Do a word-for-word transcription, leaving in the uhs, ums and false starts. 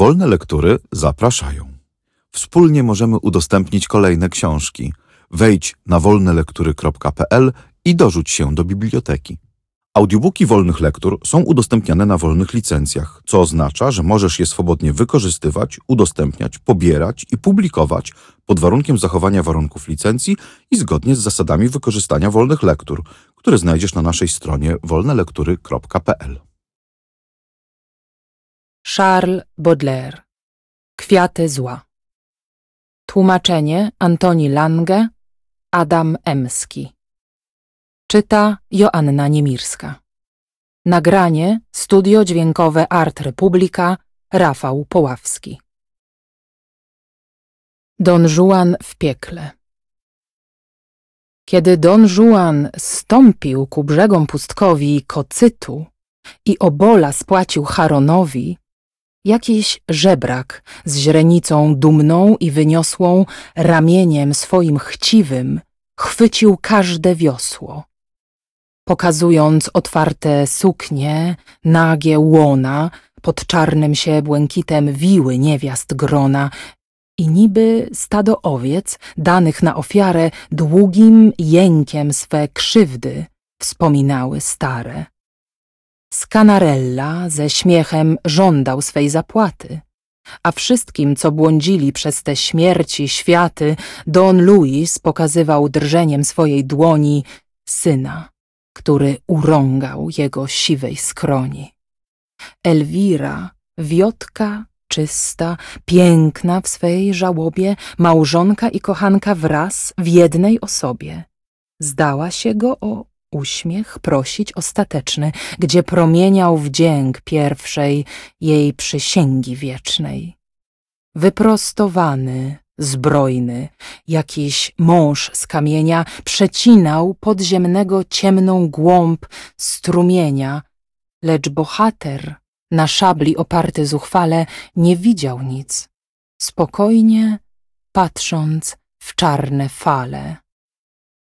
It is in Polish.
Wolne Lektury zapraszają. Wspólnie możemy udostępnić kolejne książki. Wejdź na wolne lektury kropka p l i dorzuć się do biblioteki. Audiobooki Wolnych Lektur są udostępniane na wolnych licencjach, co oznacza, że możesz je swobodnie wykorzystywać, udostępniać, pobierać i publikować pod warunkiem zachowania warunków licencji i zgodnie z zasadami wykorzystania wolnych lektur, które znajdziesz na naszej stronie wolne lektury kropka p l. Charles Baudelaire. Kwiaty zła. Tłumaczenie Antoni Lange, Adam Emski. Czyta Joanna Niemirska. Nagranie Studio Dźwiękowe Art Republica, Rafał Poławski. Don Juan w piekle. Kiedy Don Juan zstąpił ku brzegom pustkowi Kocytu i obola spłacił Charonowi, jakiś żebrak z źrenicą dumną i wyniosłą ramieniem swoim chciwym chwycił każde wiosło. Pokazując otwarte suknie, nagie łona, pod czarnym się błękitem wiły niewiast grona i niby stado owiec danych na ofiarę długim jękiem swe krzywdy wspominały stare. Scanarella ze śmiechem żądał swej zapłaty, a wszystkim, co błądzili przez te śmierci światy, Don Luis pokazywał drżeniem swojej dłoni syna, który urągał jego siwej skroni. Elwira, wiotka, czysta, piękna w swej żałobie, małżonka i kochanka wraz w jednej osobie, zdała się go o uśmiech prosić ostateczny, gdzie promieniał wdzięk pierwszej jej przysięgi wiecznej. Wyprostowany, zbrojny, jakiś mąż z kamienia przecinał podziemnego ciemną głąb strumienia, lecz bohater, na szabli oparty zuchwale, nie widział nic, spokojnie patrząc w czarne fale.